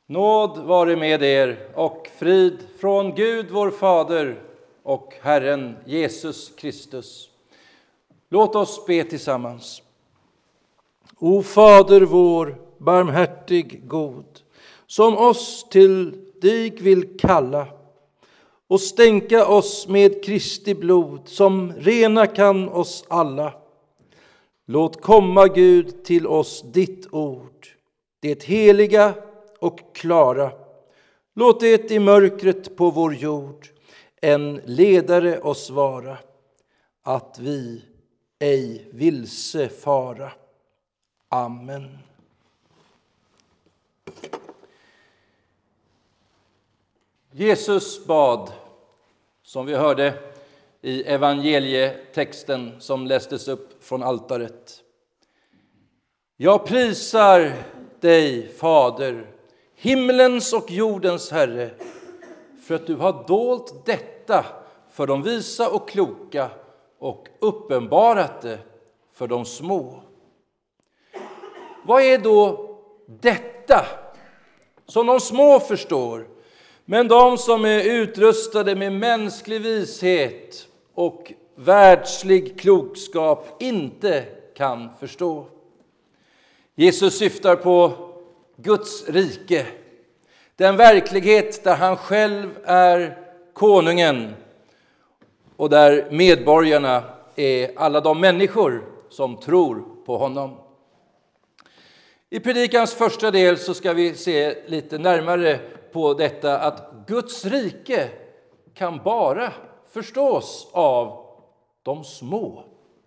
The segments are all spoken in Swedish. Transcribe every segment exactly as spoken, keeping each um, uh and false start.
Nåd vare med er och frid från Gud vår Fader och Herren Jesus Kristus. Låt oss be tillsammans. O Fader vår, barmhärtig god, som oss till dig vill kalla och stänka oss med Kristi blod, som rena kan oss alla. Låt komma, Gud, till oss ditt ord, det heliga och klara. Låt det i mörkret på vår jord en ledare oss vara, att vi ej vilse fara. Amen. Jesus bad, som vi hörde i evangelietexten som lästes upp från altaret. Jag prisar dig, Fader, himmelens och jordens Herre, för att du har dolt detta för de visa och kloka och uppenbarat det för de små. Vad är då detta som de små förstår, men de som är utrustade med mänsklig vishet och världslig klokskap inte kan förstå? Jesus syftar på Guds rike, den verklighet där han själv är konungen och där medborgarna är alla de människor som tror på honom. I predikans första del så ska vi se lite närmare på detta att Guds rike kan bara förstås av de små.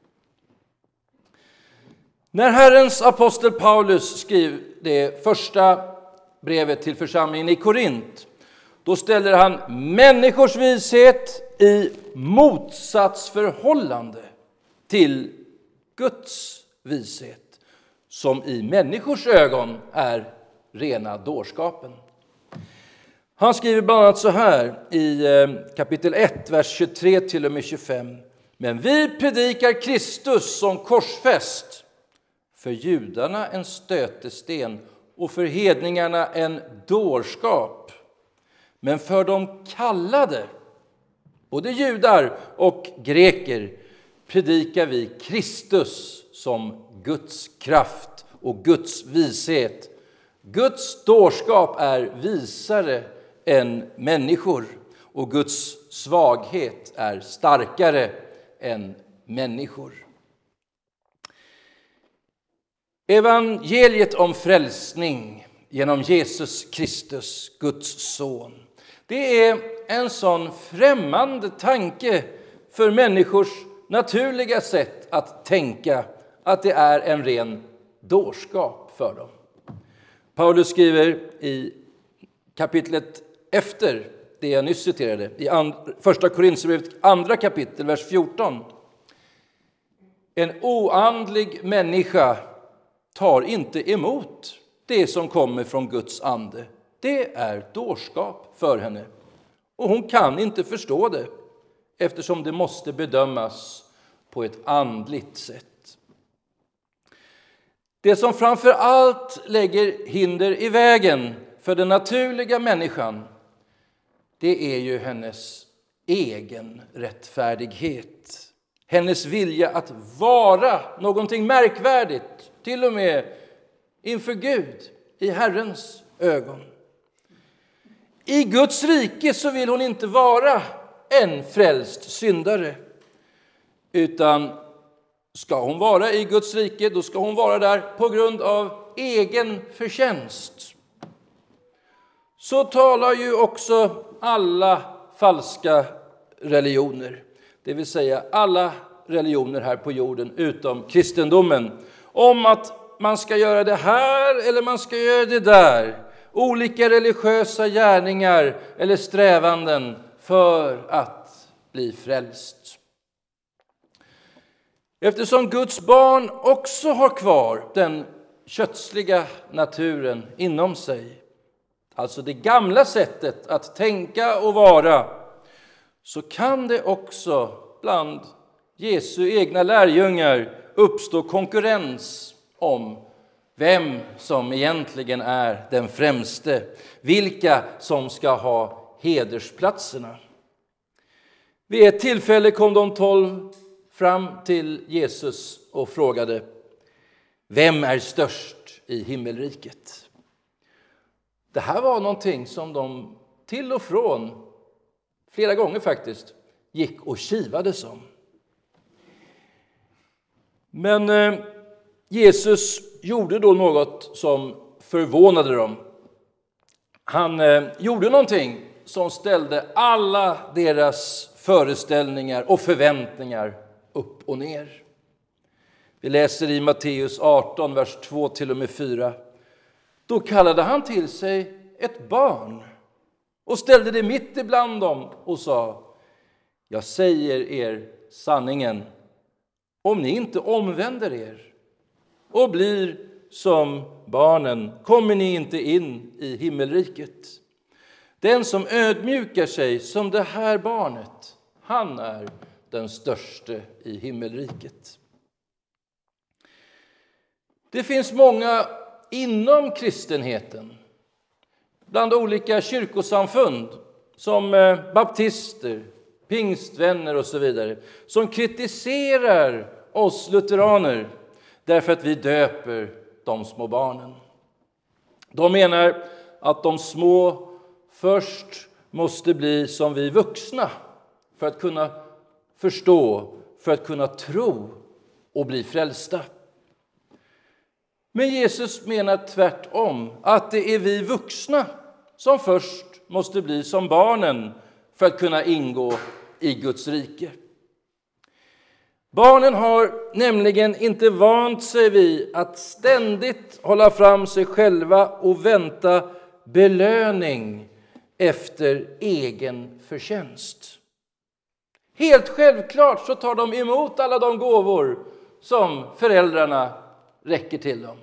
När Herrens apostel Paulus skrev det första brevet till församlingen i Korint, då ställer han människors vishet i motsatsförhållande till Guds vishet, som i människors ögon är rena dårskapen. Han skriver bland annat så här i kapitel ett, vers tjugotre till och med tjugofem. Men vi predikar Kristus som korsfäst, för judarna en stötesten och för hedningarna en dårskap. Men för de kallade, både judar och greker, predikar vi Kristus som Guds kraft och Guds vishet. Guds dårskap är visare än människor, och Guds svaghet är starkare än människor. Evangeliet om frälsning genom Jesus Kristus, Guds son, det är en sån främmande tanke för människors naturliga sätt att tänka att det är en ren dårskap för dem. Paulus skriver i kapitlet efter det jag nyss citerade, i and, första Korinthierbrevet andra kapitel, vers fjorton. En oandlig människa tar inte emot det som kommer från Guds ande. Det är dårskap för henne. Och hon kan inte förstå det, eftersom det måste bedömas på ett andligt sätt. Det som framför allt lägger hinder i vägen för den naturliga människan, det är ju hennes egen rättfärdighet. Hennes vilja att vara någonting märkvärdigt, till och med inför Gud, i Herrens ögon. I Guds rike så vill hon inte vara en frälst syndare, utan ska hon vara i Guds rike, då ska hon vara där på grund av egen förtjänst. Så talar ju också alla falska religioner, det vill säga alla religioner här på jorden utom kristendomen, om att man ska göra det här eller man ska göra det där. Olika religiösa gärningar eller strävanden för att bli frälst. Eftersom Guds barn också har kvar den kötsliga naturen inom sig, alltså det gamla sättet att tänka och vara, så kan det också bland Jesu egna lärjungar uppstå konkurrens om vem som egentligen är den främste, vilka som ska ha hedersplatserna. Vid ett tillfälle kom de tolv fram till Jesus och frågade: vem är störst i himmelriket? Det här var någonting som de till och från, flera gånger faktiskt, gick och kivades om. Men eh, Jesus gjorde då något som förvånade dem. Han eh, gjorde någonting som ställde alla deras föreställningar och förväntningar upp och ner. Vi läser i Matteus arton, vers två till och med fyra. Då kallade han till sig ett barn och ställde det mitt ibland dem och sa: jag säger er sanningen, om ni inte omvänder er och blir som barnen kommer ni inte in i himmelriket. Den som ödmjukar sig som det här barnet, han är den störste i himmelriket. Det finns många inom kristenheten, bland olika kyrkosamfund, som baptister, pingstvänner och så vidare, som kritiserar oss lutheraner därför att vi döper de små barnen. De menar att de små först måste bli som vi vuxna för att kunna förstå, för att kunna tro och bli frälsta. Men Jesus menar tvärtom, att det är vi vuxna som först måste bli som barnen för att kunna ingå i Guds rike. Barnen har nämligen inte vant sig vid att ständigt hålla fram sig själva och vänta belöning efter egen förtjänst. Helt självklart så tar de emot alla de gåvor som föräldrarna räcker till dem.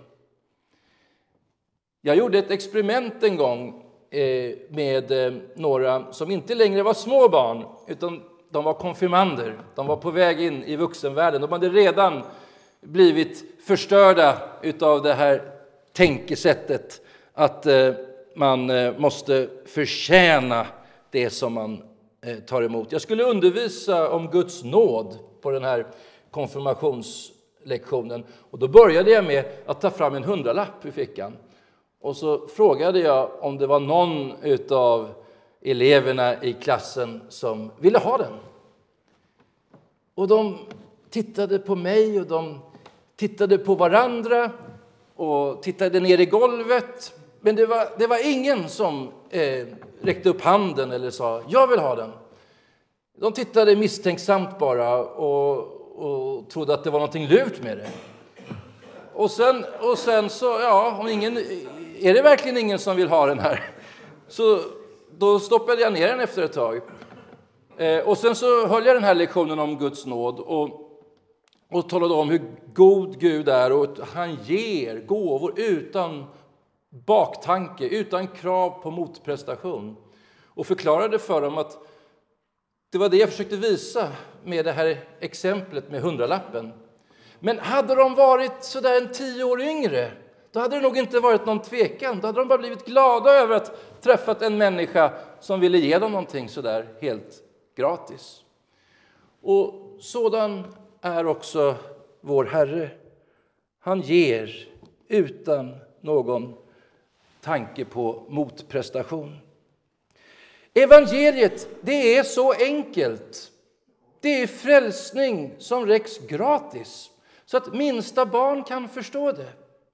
Jag gjorde ett experiment en gång med några som inte längre var små barn, utan de var konfirmander. De var på väg in i vuxenvärlden. De hade redan blivit förstörda av det här tänkesättet att man måste förtjäna det som man tar emot. Jag skulle undervisa om Guds nåd på den här konfirmationslektionen. Och då började jag med att ta fram en hundralapp i fickan. Och så frågade jag om det var någon av eleverna i klassen som ville ha den. Och de tittade på mig och de tittade på varandra och tittade ner i golvet. Men det var, det var ingen som eh, räckte upp handen eller sa: jag vill ha den. De tittade misstänksamt bara och, och trodde att det var någonting lurt med det. Och sen, och sen så, ja, om ingen, är det verkligen ingen som vill ha den här? Så då stoppade jag ner den efter ett tag. Eh, och sen så höll jag den här lektionen om Guds nåd och, och talade om hur god Gud är och att han ger gåvor utan baktanke, utan krav på motprestation. Och förklarade för dem att det var det jag försökte visa med det här exemplet med hundralappen. Men hade de varit så där en tio år yngre, då hade det nog inte varit någon tvekan. Då hade de bara blivit glada över att träffat en människa som ville ge dem någonting så där helt gratis. Och sådan är också vår Herre. Han ger utan någon tanke på motprestation. Evangeliet, det är så enkelt. Det är frälsning som räcks gratis, så att minsta barn kan förstå det.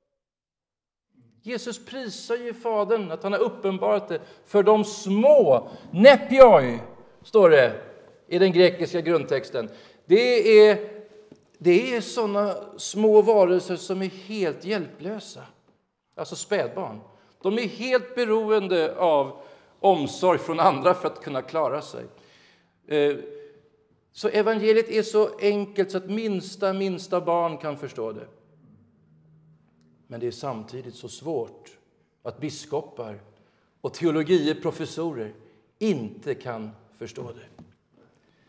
Jesus prisar ju Fadern att han har uppenbarat det för de små. Nepioi, står det i den grekiska grundtexten. Det är, det är sådana små varelser som är helt hjälplösa. Alltså spädbarn. De är helt beroende av omsorg från andra för att kunna klara sig. Så evangeliet är så enkelt så att minsta, minsta barn kan förstå det. Men det är samtidigt så svårt att biskopar och teologieprofessorer inte kan förstå det.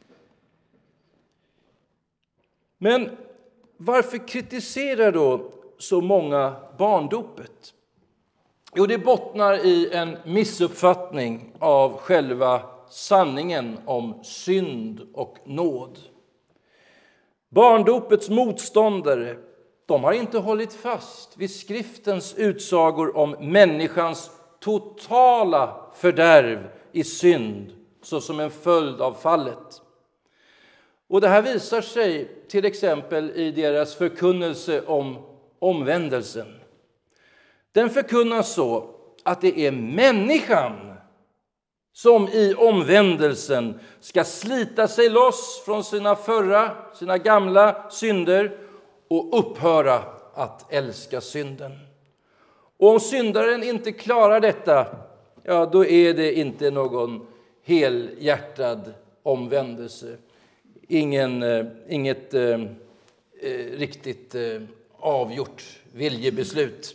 Men varför kritiserar då så många barndopet? Jo, det bottnar i en missuppfattning av själva sanningen om synd och nåd. Barndopets motståndare, de har inte hållit fast vid skriftens utsagor om människans totala fördärv i synd såsom en följd av fallet. Och det här visar sig till exempel i deras förkunnelse om omvändelsen. Den förkunnas så att det är människan som i omvändelsen ska slita sig loss från sina förra, sina gamla synder och upphöra att älska synden. Och om syndaren inte klarar detta, ja, då är det inte någon helhjärtad omvändelse. Ingen, eh, inget eh, riktigt eh, avgjort viljebeslut.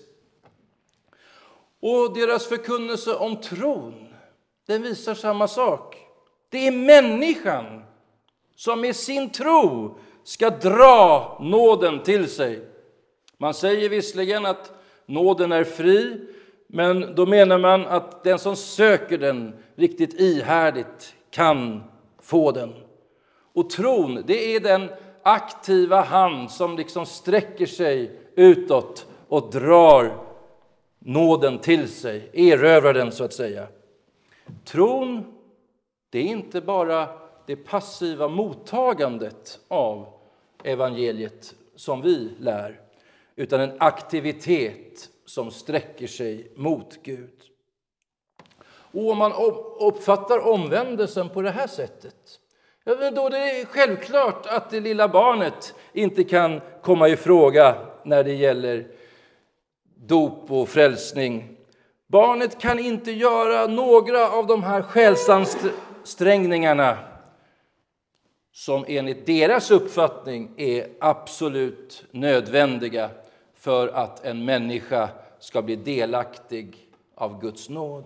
Och deras förkunnelse om tron, den visar samma sak. Det är människan som med sin tro ska dra nåden till sig. Man säger visserligen att nåden är fri, men då menar man att den som söker den riktigt ihärdigt kan få den. Och tron, det är den aktiva hand som liksom sträcker sig utåt och drar nåden till sig, erövrar den så att säga. Tron, det är inte bara det passiva mottagandet av evangeliet som vi lär, utan en aktivitet som sträcker sig mot Gud. Och om man uppfattar omvändelsen på det här sättet, ja, då är det självklart att det lilla barnet inte kan komma i fråga när det gäller dop och frälsning. Barnet kan inte göra några av de här själsansträngningarna som enligt deras uppfattning är absolut nödvändiga för att en människa ska bli delaktig av Guds nåd.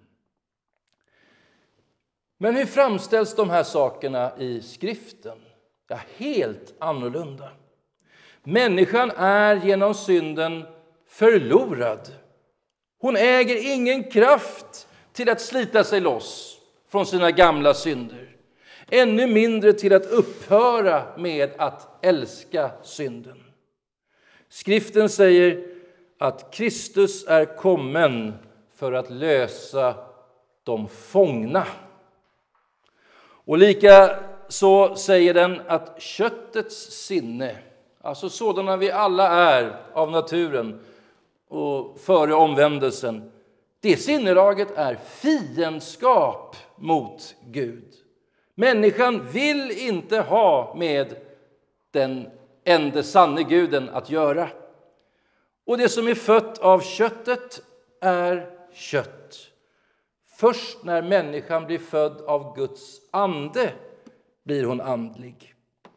Men hur framställs de här sakerna i skriften? Ja, helt annorlunda. Människan är genom synden förlorad. Hon äger ingen kraft till att slita sig loss från sina gamla synder. Ännu mindre till att upphöra med att älska synden. Skriften säger att Kristus är kommen för att lösa de fångna. Och lika så säger den att köttets sinne, alltså sådana vi alla är av naturen och före omvändelsen, det sinnelaget är fiendskap mot Gud. Människan vill inte ha med den enda sanne guden att göra. Och det som är fött av köttet är kött. Först när människan blir född av Guds ande blir hon andlig.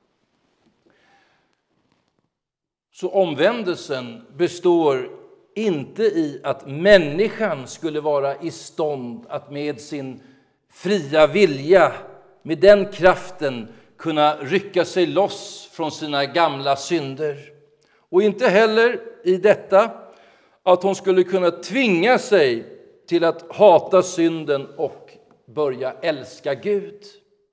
Så omvändelsen består inte i att människan skulle vara i stånd att med sin fria vilja, med den kraften, kunna rycka sig loss från sina gamla synder. Och inte heller i detta att hon skulle kunna tvinga sig till att hata synden och börja älska Gud.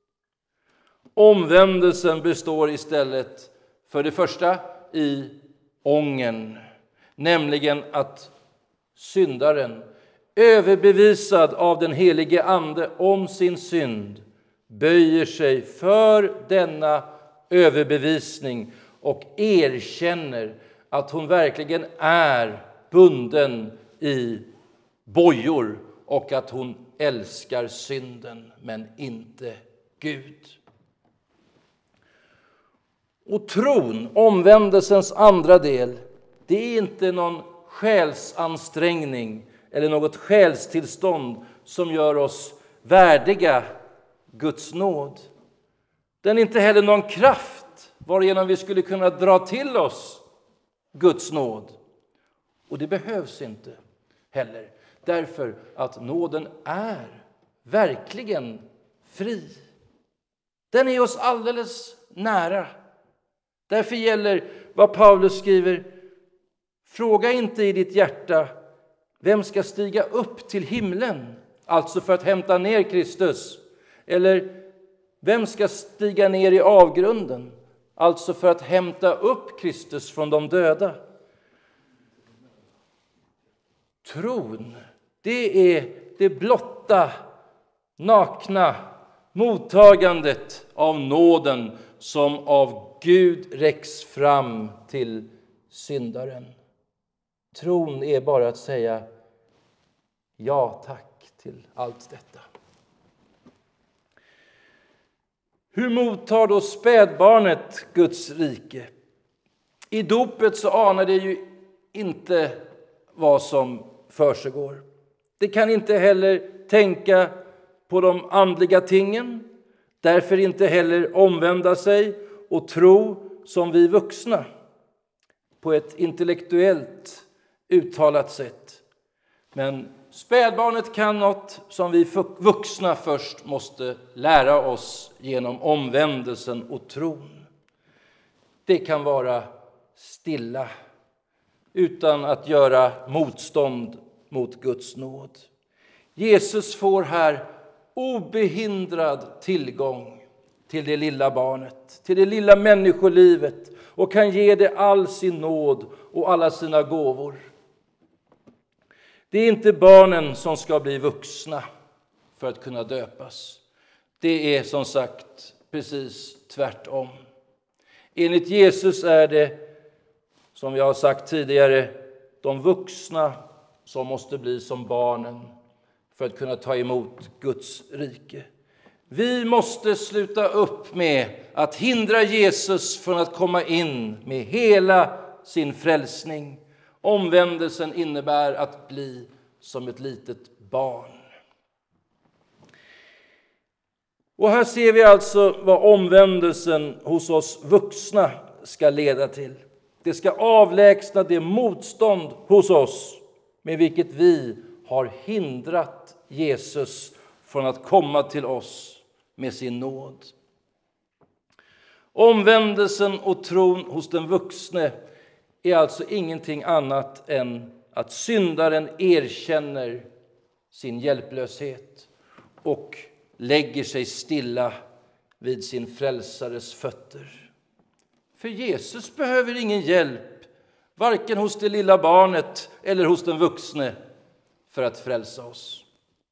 Omvändelsen består istället för det första i ången, nämligen att syndaren, överbevisad av den helige ande om sin synd, böjer sig för denna överbevisning och erkänner att hon verkligen är bunden i bojor och att hon älskar synden men inte Gud. Och tron, omvändelsens andra del, det är inte någon själsansträngning eller något själstillstånd som gör oss värdiga Guds nåd. Den är inte heller någon kraft varigenom vi skulle kunna dra till oss Guds nåd. Och det behövs inte heller, därför att nåden är verkligen fri. Den är oss alldeles nära. Därför gäller vad Paulus skriver: Fråga inte i ditt hjärta, vem ska stiga upp till himlen, alltså för att hämta ner Kristus? Eller vem ska stiga ner i avgrunden, alltså för att hämta upp Kristus från de döda? Tron, det är det blotta, nakna mottagandet av nåden som av Gud räcks fram till syndaren. Tron är bara att säga ja tack till allt detta. Hur mottar då spädbarnet Guds rike? I dopet så anar det ju inte vad som försiggår. Det kan inte heller tänka på de andliga tingen, därför inte heller omvända sig och tro som vi vuxna på ett intellektuellt uttalat sätt. Men spädbarnet kan något som vi vuxna först måste lära oss genom omvändelsen och tron. Det kan vara stilla, utan att göra motstånd mot Guds nåd. Jesus får här obehindrad tillgång till det lilla barnet, till det lilla människolivet, och kan ge det all sin nåd och alla sina gåvor. Det är inte barnen som ska bli vuxna för att kunna döpas. Det är som sagt precis tvärtom. Enligt Jesus är det, som jag har sagt tidigare, de vuxna som måste bli som barnen för att kunna ta emot Guds rike. Vi måste sluta upp med att hindra Jesus från att komma in med hela sin frälsning. Omvändelsen innebär att bli som ett litet barn. Och här ser vi alltså vad omvändelsen hos oss vuxna ska leda till. Det ska avlägsna det motstånd hos oss med vilket vi har hindrat Jesus från att komma till oss med sin nåd. Omvändelsen och tron hos den vuxne är alltså ingenting annat än att syndaren erkänner sin hjälplöshet och lägger sig stilla vid sin frälsares fötter. För Jesus behöver ingen hjälp, varken hos det lilla barnet eller hos den vuxne, för att frälsa oss.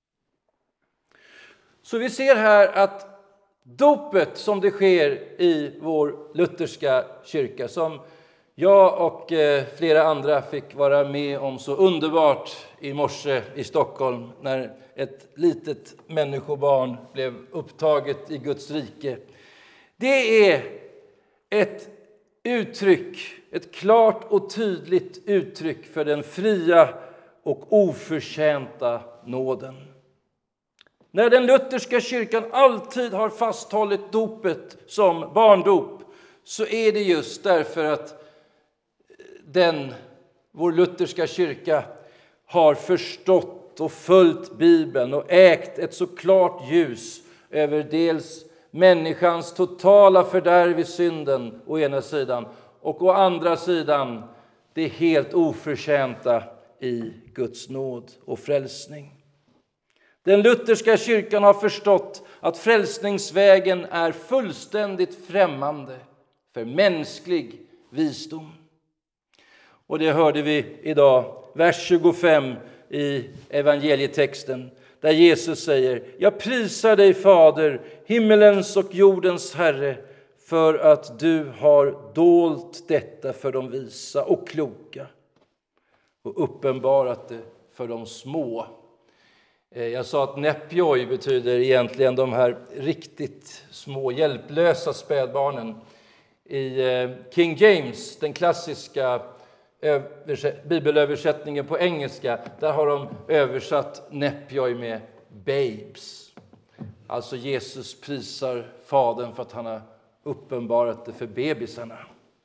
Så vi ser här att dopet som det sker i vår lutherska kyrka, som jag och flera andra fick vara med om så underbart i morse i Stockholm, när ett litet människobarn blev upptaget i Guds rike. Det är ett uttryck, ett klart och tydligt uttryck för den fria och oförtjänta nåden. När den lutherska kyrkan alltid har fasthållit dopet som barndop, så är det just därför att den, vår lutherska kyrka, har förstått och följt Bibeln och ägt ett så klart ljus över dels människans totala fördärv i synden å ena sidan, och å andra sidan det helt oförtjänta i Guds nåd och frälsning. Den lutherska kyrkan har förstått att frälsningsvägen är fullständigt främmande för mänsklig visdom. Och det hörde vi idag, vers tjugofem i evangelietexten, där Jesus säger: jag prisar dig, Fader, himmelens och jordens Herre, för att du har dolt detta för de visa och kloka och uppenbarat det för de små. Jag sa att nepjoj betyder egentligen de här riktigt små hjälplösa spädbarnen. I King James, den klassiska bibelöversättningen på engelska, där har de översatt nepjoj med babes. Alltså Jesus prisar Fadern för att han har uppenbarat det för bebisarna.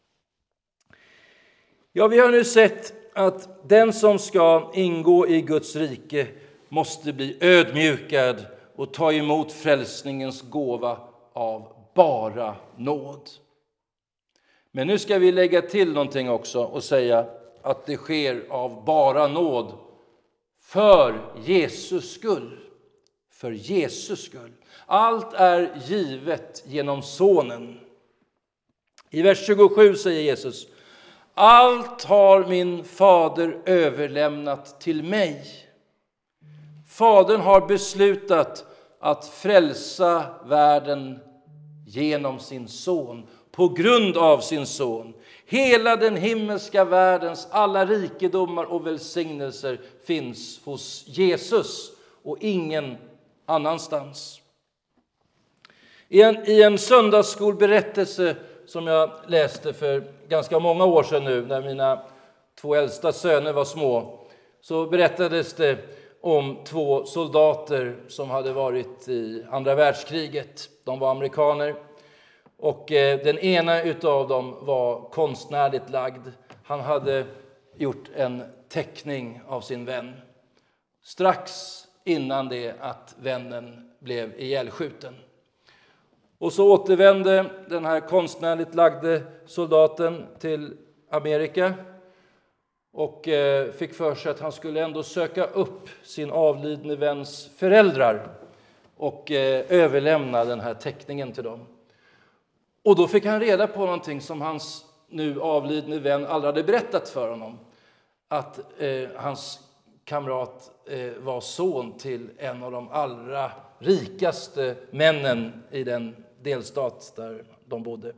Ja, vi har nu sett att den som ska ingå i Guds rike måste bli ödmjukad och ta emot frälsningens gåva av bara nåd. Men nu ska vi lägga till någonting också och säga att det sker av bara nåd för Jesus skull. För Jesus skull. Allt är givet genom sonen. I vers tjugosju säger Jesus: allt har min fader överlämnat till mig. Fadern har beslutat att frälsa världen genom sin son. På grund av sin son. Hela den himmelska världens alla rikedomar och välsignelser finns hos Jesus och ingen annanstans. I en, i en söndagsskolberättelse som jag läste för ganska många år sedan nu, när mina två äldsta söner var små, så berättades det om två soldater som hade varit i andra världskriget. De var amerikaner. Och den ena utav dem var konstnärligt lagd. Han hade gjort en teckning av sin vän strax innan det att vännen blev ihjälskjuten. Och så återvände den här konstnärligt lagde soldaten till Amerika och fick för sig att han skulle ändå söka upp sin avlidne väns föräldrar och överlämna den här teckningen till dem. Och då fick han reda på någonting som hans nu avlidne vän aldrig hade berättat för honom. Att eh, hans kamrat eh, var son till en av de allra rikaste männen i den delstat där de bodde.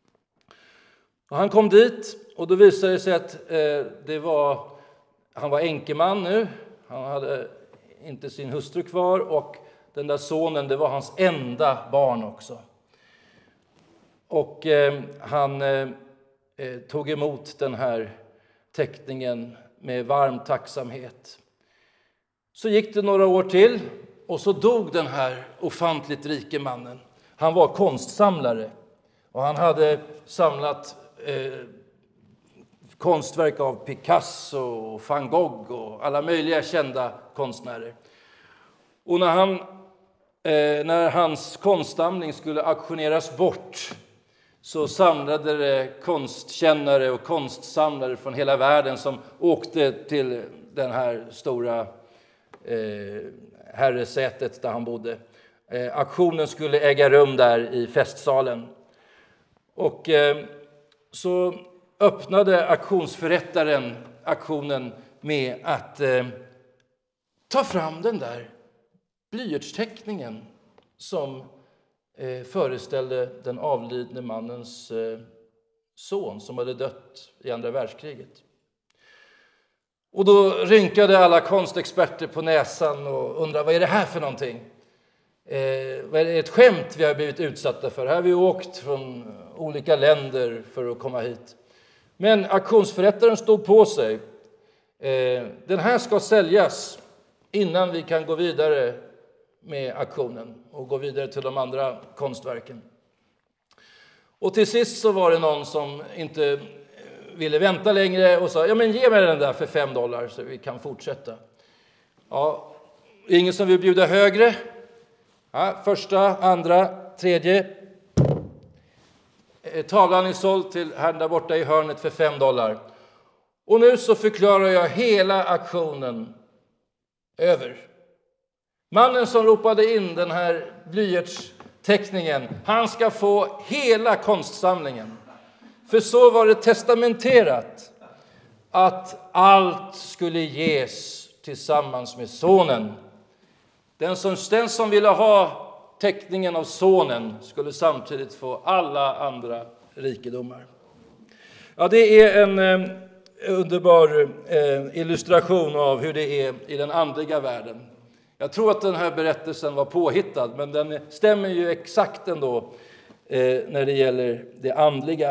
Och han kom dit och då visade det sig att eh, det var, han var enkeman nu. Han hade inte sin hustru kvar och den där sonen, det var hans enda barn också. Och eh, han eh, tog emot den här teckningen med varm tacksamhet. Så gick det några år till och så dog den här ofantligt rike mannen. Han var konstsamlare och han hade samlat eh, konstverk av Picasso och Van Gogh och alla möjliga kända konstnärer. Och när, han, eh, när hans konstsamling skulle auktioneras bort så samlade det konstkännare och konstsamlare från hela världen som åkte till den här stora eh, herresätet där han bodde. Eh, auktionen skulle äga rum där i festsalen. Och eh, så öppnade auktionsförrättaren auktionen med att eh, ta fram den där blyertsteckningen som eh, föreställde den avlidne mannens eh, son som hade dött i andra världskriget. Och då rynkade alla konstexperter på näsan och undrade, vad är det här för någonting? Eh, vad är det ett skämt vi har blivit utsatta för? Här har vi åkt från olika länder för att komma hit. Men auktionsförrättaren stod på sig. Eh, den här ska säljas innan vi kan gå vidare med auktionen och gå vidare till de andra konstverken. Och till sist så var det någon som inte ville vänta längre och sa, ja men ge mig den där för fem dollar så vi kan fortsätta. Ja, ingen som vill bjuda högre. Ja, första, andra, tredje. Tavlan är såld till här där borta i hörnet för fem dollar. Och nu så förklarar jag hela auktionen över. Mannen som ropade in den här blyertsteckningen, han ska få hela konstsamlingen. För så var det testamenterat att allt skulle ges tillsammans med sonen. Den som, den som ville ha teckningen av sonen skulle samtidigt få alla andra rikedomar. Ja, det är en eh, underbar eh, illustration av hur det är i den andliga världen. Jag tror att den här berättelsen var påhittad, men den stämmer ju exakt ändå eh, när det gäller det andliga.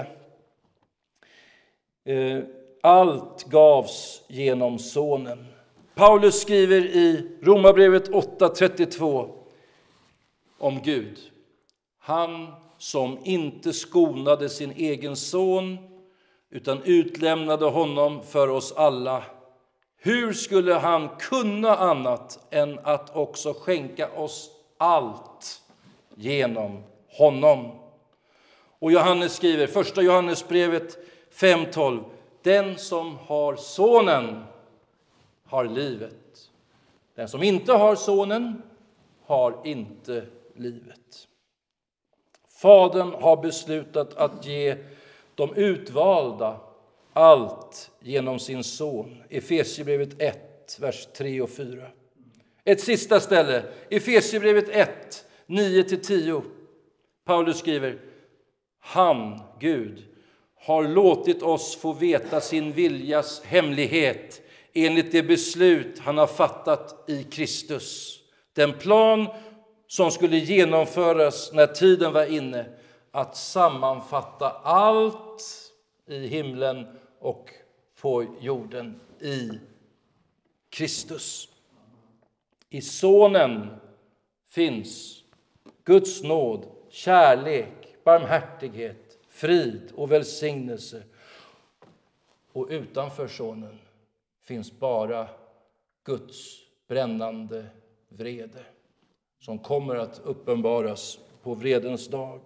Eh, allt gavs genom sonen. Paulus skriver i Romarbrevet åtta trettiotvå om Gud. Han som inte skonade sin egen son utan utlämnade honom för oss alla. Hur skulle han kunna annat än att också skänka oss allt genom honom? Och Johannes skriver, första Johannesbrevet fem tolv. den som har sonen har livet. Den som inte har sonen har inte livet. Fadern har beslutat att ge de utvalda allt genom sin son. Efesierbrevet ett, vers tre och fyra. Ett sista ställe, Efesierbrevet ett, nio till tio. Paulus skriver: Han, Gud, har låtit oss få veta sin viljas hemlighet enligt det beslut han har fattat i Kristus. Den plan som skulle genomföras när tiden var inne att sammanfatta allt i himlen och på jorden i Kristus. I sonen finns Guds nåd, kärlek, barmhärtighet, frid och välsignelse. Och utanför sonen finns bara Guds brännande vrede som kommer att uppenbaras på vredens dag.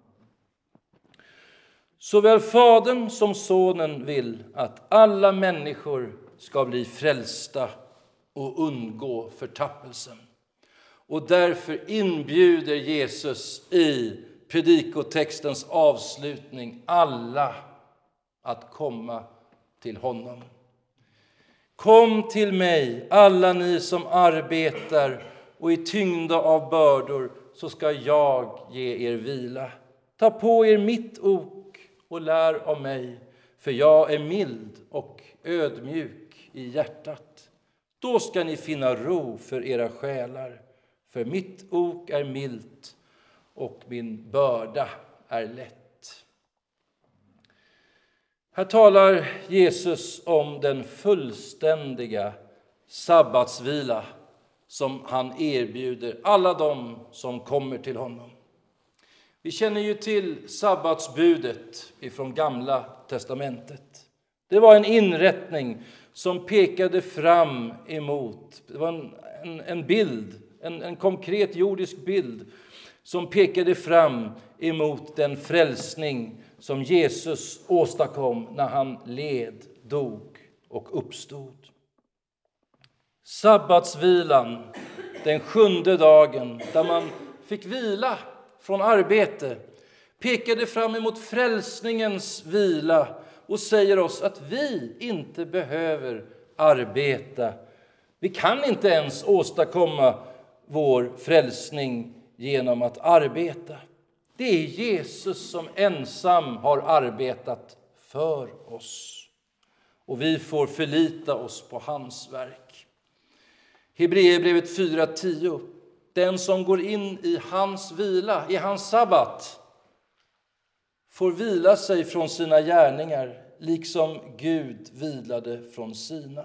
Såväl Fadern som Sonen vill att alla människor ska bli frälsta och undgå förtappelsen. Och därför inbjuder Jesus i predikotextens avslutning alla att komma till honom. Kom till mig, alla ni som arbetar och är tyngda av bördor, så ska jag ge er vila. Ta på er mitt ok och lär av mig, för jag är mild och ödmjuk i hjärtat. Då ska ni finna ro för era själar, för mitt ok är milt och min börda är lätt. Här talar Jesus om den fullständiga sabbatsvila som han erbjuder alla dem som kommer till honom. Vi känner ju till sabbatsbudet ifrån Gamla testamentet. Det var en inrättning som pekade fram emot, det var en, en, en bild, en, en konkret jordisk bild som pekade fram emot den frälsning som Jesus åstadkom när han led, dog och uppstod. Sabbatsvilan, den sjunde dagen där man fick vila från arbete, pekade fram emot frälsningens vila och säger oss att vi inte behöver arbeta. Vi kan inte ens åstadkomma vår frälsning genom att arbeta. Det är Jesus som ensam har arbetat för oss. Och vi får förlita oss på hans verk. Hebreerbrevet fyra tio. Den som går in i hans vila, i hans sabbat, får vila sig från sina gärningar, liksom Gud vilade från sina.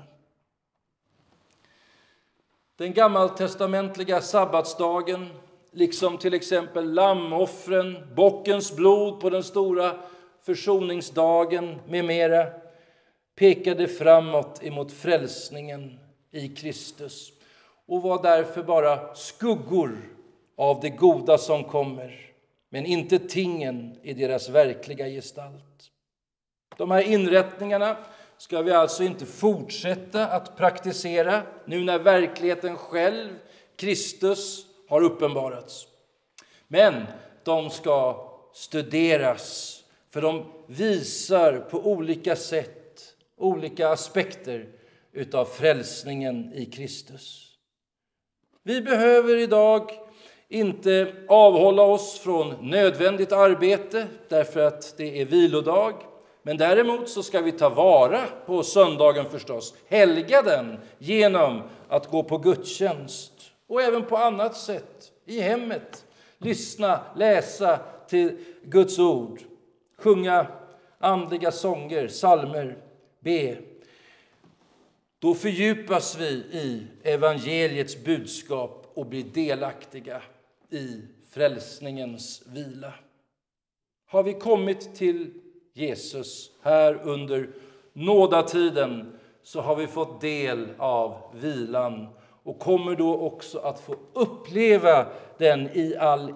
Den gammaltestamentliga sabbatsdagen, liksom till exempel lammoffren, bockens blod på den stora försoningsdagen med mera, pekade framåt emot frälsningen i Kristus och var därför bara skuggor av det goda som kommer, men inte tingen i deras verkliga gestalt. De här inrättningarna ska vi alltså inte fortsätta att praktisera nu när verkligheten själv, Kristus, har uppenbarats. Men de ska studeras, för de visar på olika sätt, olika aspekter utav frälsningen i Kristus. Vi behöver idag inte avhålla oss från nödvändigt arbete därför att det är vilodag. Men däremot så ska vi ta vara på söndagen förstås, helga den genom att gå på gudstjänst och även på annat sätt i hemmet. Lyssna, läsa till Guds ord, sjunga andliga sånger, psalmer, be. Då fördjupas vi i evangeliets budskap och blir delaktiga i frälsningens vila. Har vi kommit till Jesus här under nådatiden, så har vi fått del av vilan och kommer då också att få uppleva den i all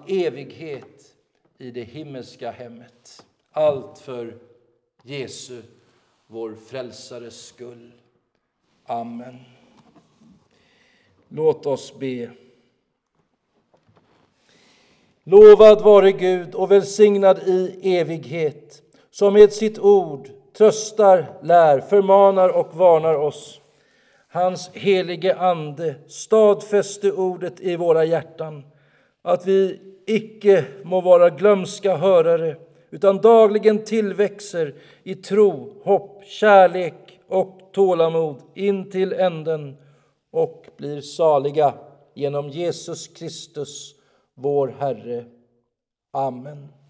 evighet i det himmelska hemmet. Allt för Jesu vår frälsares skull. Amen. Låt oss be. Lovad vare Gud och välsignad i evighet, som med sitt ord tröstar, lär, förmanar och varnar oss. Hans helige ande stadfäste ordet i våra hjärtan, att vi icke må vara glömska hörare, utan dagligen tillväxer i tro, hopp, kärlek och tålamod in till änden och blir saliga genom Jesus Kristus, vår Herre. Amen.